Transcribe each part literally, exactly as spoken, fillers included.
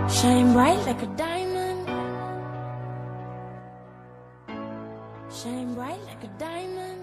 Shine bright like a diamond. Shine bright like a diamond.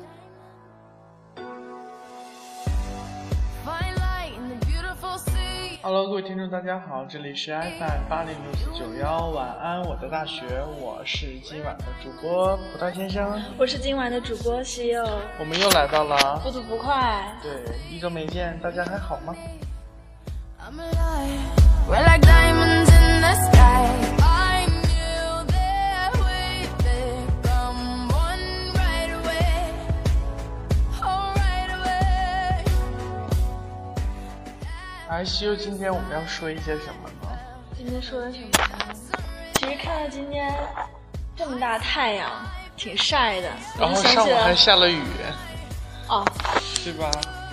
Find light in the beautiful sea. Hello， 各位听众，大家好，这里是 F M 八零六四九幺，晚安我的大学，我是今晚的主播葡萄先生， 我是今晚的主播西柚， 我们又来到了不吐不快。 对，一周没见，大家还好吗？ I'm alive. We're like diamonds in the sky. I knew that we'd become one right away. Oh, right away. 哎，西柚，今天我们要说一些什么呢？ 今天说的什么呢？其实看到今天这么大太阳，挺晒的。 然后上午还下了雨。 哦， 对吧？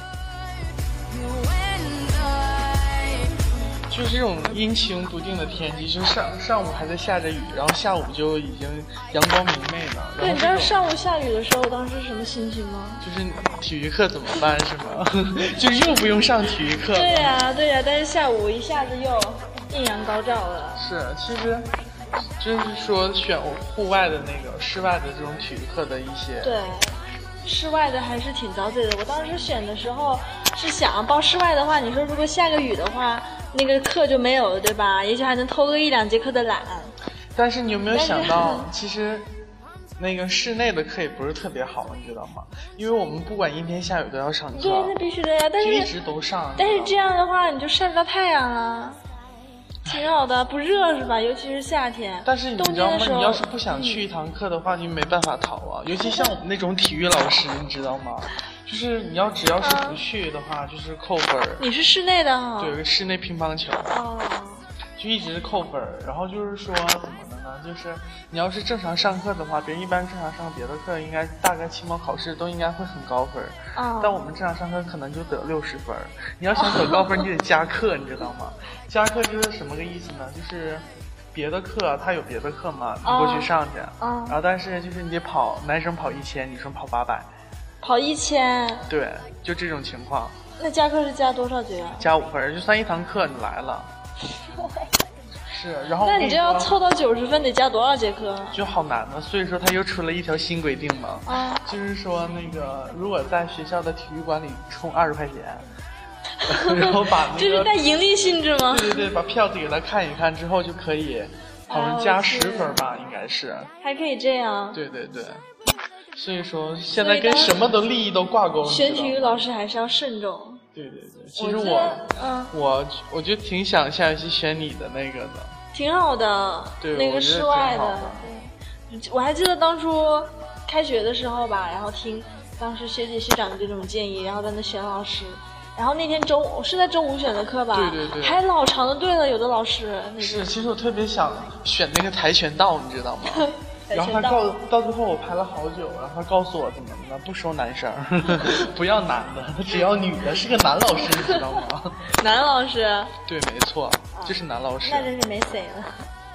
就是这种阴晴不定的天气，就上上午还在下着雨，然后下午就已经阳光明媚了。 对，你知道上午下雨的时候，我当时是什么心情吗？ 就是体育课怎么办是吗？就是又不用上体育课。 对呀、啊，对呀、啊，但是下午一下子又艳阳高照了。 是，其实就是说选户外的那个室外的这种体育课的一些。 对，室外的还是挺遭罪的。我当时选的时候是想报室外的话，你说如果下个雨的话，那个课就没有了，对吧？也许还能偷个一两节课的懒。 但是你有没有想到，其实那个室内的课也不是特别好，你知道吗？因为我们不管阴天下雨都要上课。 对，那必须的呀。但是就一直都上。 但是这样的话，你就晒不到太阳了，挺好的，不热是吧？尤其是夏天。 但是你知道吗？你要是不想去一堂课的话，你没办法逃啊。尤其像我们那种体育老师，你知道吗？就是你要只要是不去的话，就是扣分。 你是室内的哈？ 对，室内乒乓球。 哦。 就一直扣分，然后就是说怎么的呢？就是你要是正常上课的话，别人一般正常上别的课，应该大概期末考试都应该会很高分。 哦。 但我们正常上课可能就得六十分。你要想得高分，你得加课，你知道吗？加课就是什么个意思呢？就是别的课他有别的课嘛，你过去上去。 哦。 然后但是就是你得跑，男生跑一千，女生跑八百。 跑一千。 对，就这种情况。 那加课是加多少节啊？ 加五分，就算一堂课你来了。是，然后那你这要凑到九十分得加多少节课？ 就好难呢。所以说他又出了一条新规定嘛， 啊， 就是说那个如果在学校的体育馆里充二十块钱，然后把那个这是带盈利性质吗？ 对对对，把票子给他看一看之后就可以，好像加十分吧，应该是。 还可以这样。 对对对。所以说现在跟什么的利益都挂钩。 选体育老师还是要慎重。 对对对，其实我， 嗯， 我我就挺想下一期选你的那个的， 挺好的， 对， 那个室外的， 对，我还记得当初开学的时候吧，然后听当时学姐学长的这种建议，然后在那选老师，然后那天中午是在中午选的课吧， 对对对， 还老长的队了，有的老师那是，其实我特别想选那个跆拳道，你知道吗？然后他告到最后我排了好久，然后他告诉我怎么呢？不收男生，不要男的，他只要女的，是个男老师，你知道吗？ 男老师。 对，没错，就是男老师。 那真是没谁了。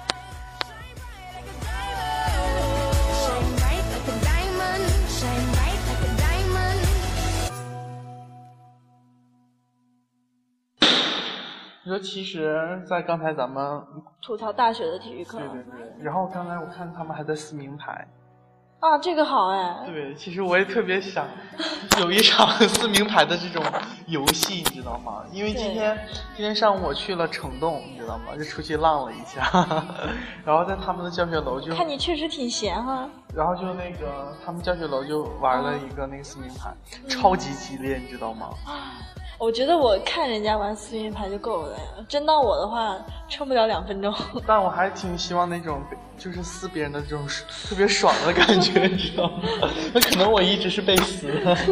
你说，其实，在刚才咱们吐槽大学的体育课， 对对对，然后刚才我看他们还在撕名牌， 啊，这个好哎。 对，其实我也特别想有一场撕名牌的这种游戏，你知道吗？因为今天今天上午我去了城洞，你知道吗？就出去浪了一下，然后在他们的教学楼就看你确实挺闲哈。 然后就那个他们教学楼就玩了一个那个撕名牌，嗯、超级激烈，你知道吗？ 我觉得我看人家玩撕名牌就够了呀，真到我的话撑不了两分钟。 但我还挺希望那种就是撕别人的这种特别爽的感觉，你知道吗？那可能我一直是被撕的。哎，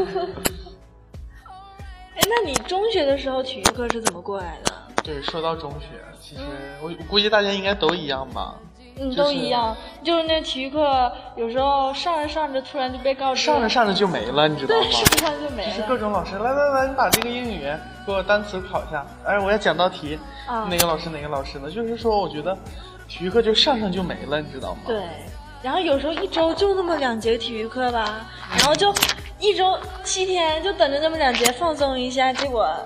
那你中学的时候体育课是怎么过来的？ 对，说到中学，其实我我估计大家应该都一样吧。 嗯，都一样，就是那体育课有时候上着上着突然就被告知， 上着上着就没了，你知道吗？ 对，上着上着就没了。 就是各种老师，来来来，你把这个英语给我单词考一下。哎，我要讲道题，啊、哪个老师哪个老师呢？就是说，我觉得体育课就上上就没了，你知道吗？ 对。然后有时候一周就那么两节体育课吧，然后就一周七天就等着那么两节放松一下，结果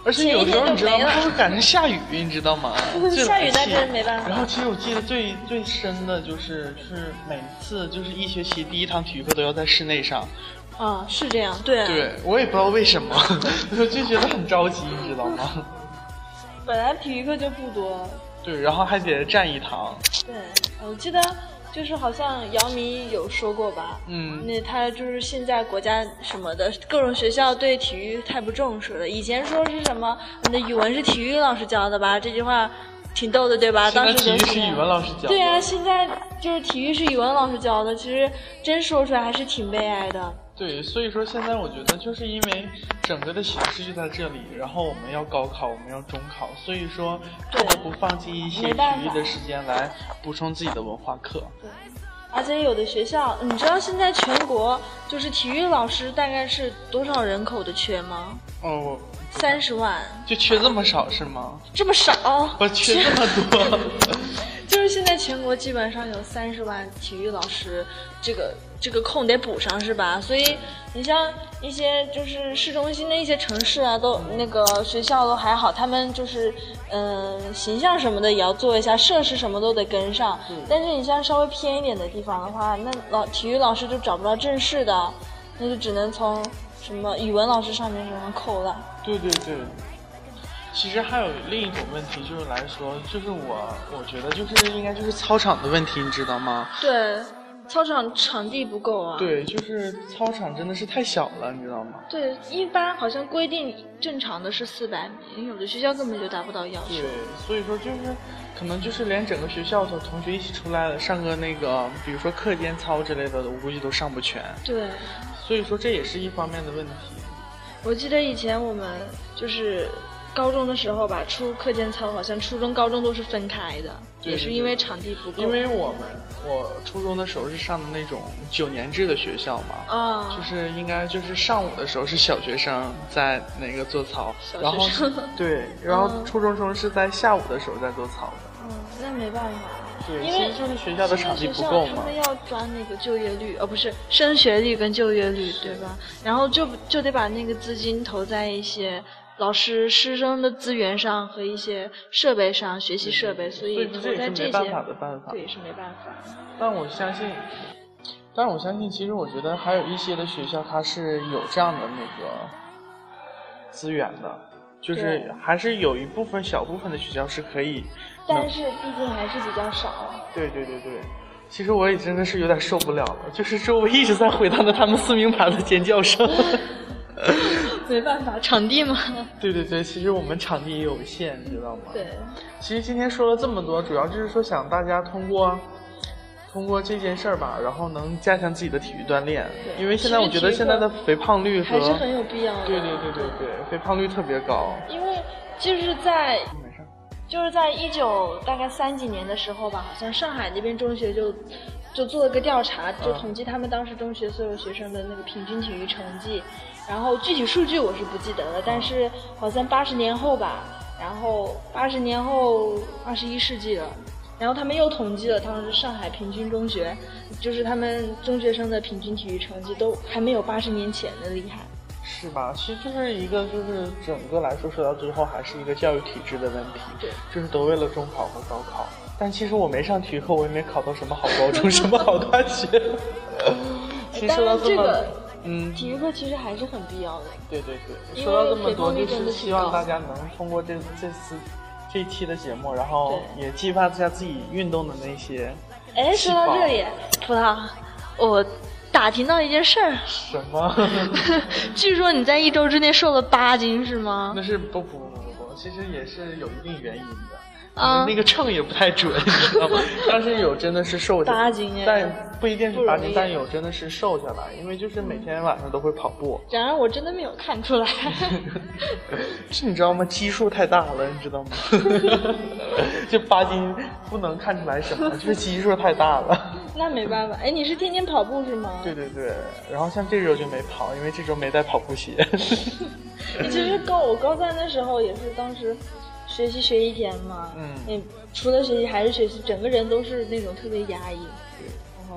而且有时候你知道吗？ 前一天就没了还会赶上下雨，你知道吗？ 下雨那最来气真没办法然后其实我记得最最深的就是，就是每次就是一学期第一堂体育课都要在室内上。 啊，是这样，对啊。 对，我也不知道为什么，我就觉得很着急，你知道吗？ 本来体育课就不多。 对，然后还得占一堂。 对，我记得就是好像姚明有说过吧， 嗯， 那他就是现在国家什么的各种学校对体育太不重视了。以前说是什么，你的语文是体育老师教的吧？这句话挺逗的，对吧？ 现在当时体育是语文老师教的。 对啊，现在就是体育是语文老师教的，其实真说出来还是挺悲哀的。 对，所以说现在我觉得就是因为整个的形势就在这里，然后我们要高考，我们要中考，所以说不得不放弃一些体育的时间来补充自己的文化课。 对，而且有的学校，你知道现在全国就是体育老师大概是多少人口的缺吗？ 哦， 三十万。 就缺这么少是吗？ 这么少？ 我缺这么多。 就是现在全国基本上有三十万体育老师，这个这个空得补上是吧？所以你像一些就是市中心的一些城市啊，都那个学校都还好，他们就是嗯、呃、形象什么的也要做一下，设施什么都得跟上。 嗯、 但是你像稍微偏一点的地方的话，那老体育老师就找不到正式的，那就只能从什么语文老师上面身上扣了。 对对对。其实还有另一种问题，就是来说，就是我我觉得就是应该就是操场的问题，你知道吗？ 对，操场场地不够啊。 对，就是操场真的是太小了，你知道吗？ 对，一般好像规定正常的是四百米，有的学校根本就达不到要求。 对，所以说就是可能就是连整个学校的同学一起出来了上个那个，比如说课间操之类的，我估计都上不全。 对， 所以说这也是一方面的问题。 我记得以前我们就是高中的时候吧，出课间操好像初中高中都是分开的， 对对对， 也是因为场地不够。 因为我们我初中的时候是上的那种九年制的学校嘛， 啊， 就是应该就是上午的时候是小学生在那个做操，然后对，然后初中生是在下午的时候在做操的。 嗯，那没办法。 对， 因为其实就是学校的场地不够嘛。 他们要抓那个就业率，哦，不是升学率跟就业率，对吧？然后就就得把那个资金投在一些老师师生的资源上和一些设备上，学习设备，所以投在这些， 这也是没办法的办法。 对，也是没办法。 但我相信，但我相信，其实我觉得还有一些的学校，它是有这样的那个资源的，就是还是有一部分小部分的学校是可以。 但是毕竟还是比较少。 对对对对，其实我也真的是有点受不了了，就是周围一直在回荡着他们撕名牌的尖叫声。 没办法，场地嘛。 对对对，其实我们场地也有限，你知道吗？ 对。 其实今天说了这么多，主要就是说想大家通过通过这件事儿吧，然后能加强自己的体育锻炼。因为现在我觉得现在的肥胖率和还是很有必要的。 对对对对对，肥胖率特别高。 因为就是在。就是在一九大概三几年的时候吧，好像上海那边中学就就做了个调查，就统计他们当时中学所有学生的那个平均体育成绩，然后具体数据我是不记得了，但是好像八十年后吧，然后八十年后二十一世纪了，然后他们又统计了当时上海平均中学，就是他们中学生的平均体育成绩都还没有八十年前的厉害。 是吧？其实就是一个，就是整个来说，说到最后还是一个教育体制的问题。 对， 就是都为了中考和高考。但其实我没上体育课，我也没考到什么好高中，什么好大学。其实说到这么， 这个、 嗯， 体育课其实还是很必要的。 对对对，说到这么多，就是希望大家能通过这这次这一期的节目，然后也激发一下自己运动的那些。 哎，说到这里，葡萄，我。打听到一件事儿， 什么？ 据说你在一周之内瘦了八斤，是吗？ 那是不不不不不，其实也是有一定原因的。 啊， 那个秤也不太准，你知道吗？但是有真的是瘦下来， 八斤， 但不一定是八斤，但有真的是瘦下来，因为就是每天晚上都会跑步。 然而我真的没有看出来。 是你知道吗？基数太大了，你知道吗？这八斤不能看出来什么，就是基数太大了。 那没办法，哎，你是天天跑步是吗？ 对对对，然后像这周就没跑，因为这周没带跑步鞋。 其实高我高三的时候也是当时。学习学一天嘛， 嗯， 你除了学习还是学习，整个人都是那种特别压抑，然后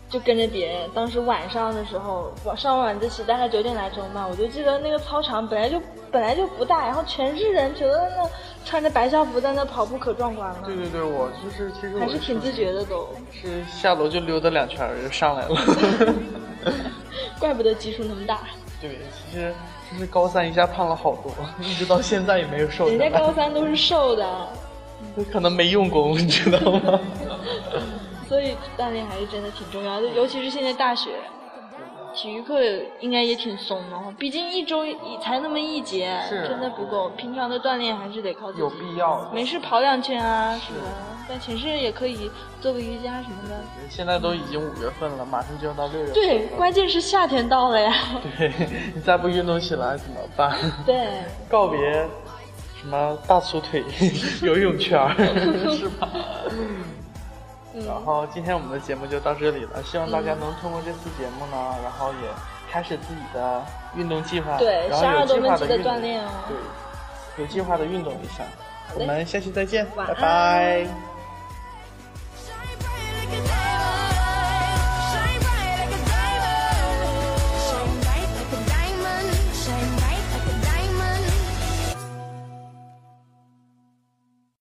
就跟着别人。当时晚上的时候，上晚自习大概九点来钟吧，我就记得那个操场本来就本来就不大，然后全是人，全都在那穿着白校服在那跑步，可壮观了。 对对对，我就是其实我还是挺自觉的都。 是下楼就溜达两圈就上来了。 怪不得基数那么大。 对，其实就是高三一下胖了好多，一直到现在也没有瘦下来。 人家高三都是瘦的， 可能没用功，你知道吗？ 所以锻炼还是真的挺重要的，尤其是现在大学，体育课应该也挺松的，毕竟一周才那么一节，真的不够。平常的锻炼还是得靠自己， 有必要的。 没事跑两圈啊什么的，在寝室也可以做个瑜伽什么的。 现在都已经五月份了，马上就要到六月份了。 对，关键是夏天到了呀。 对，你再不运动起来怎么办？ 对， 告别什么大粗腿、游泳圈是吧？然后今天我们的节目就到这里了，希望大家能通过这次节目呢，然后也开始自己的运动计划， 对， 然后有计划的运动锻炼哦， 对，有计划的运动一下。我们下期再见，拜拜拜。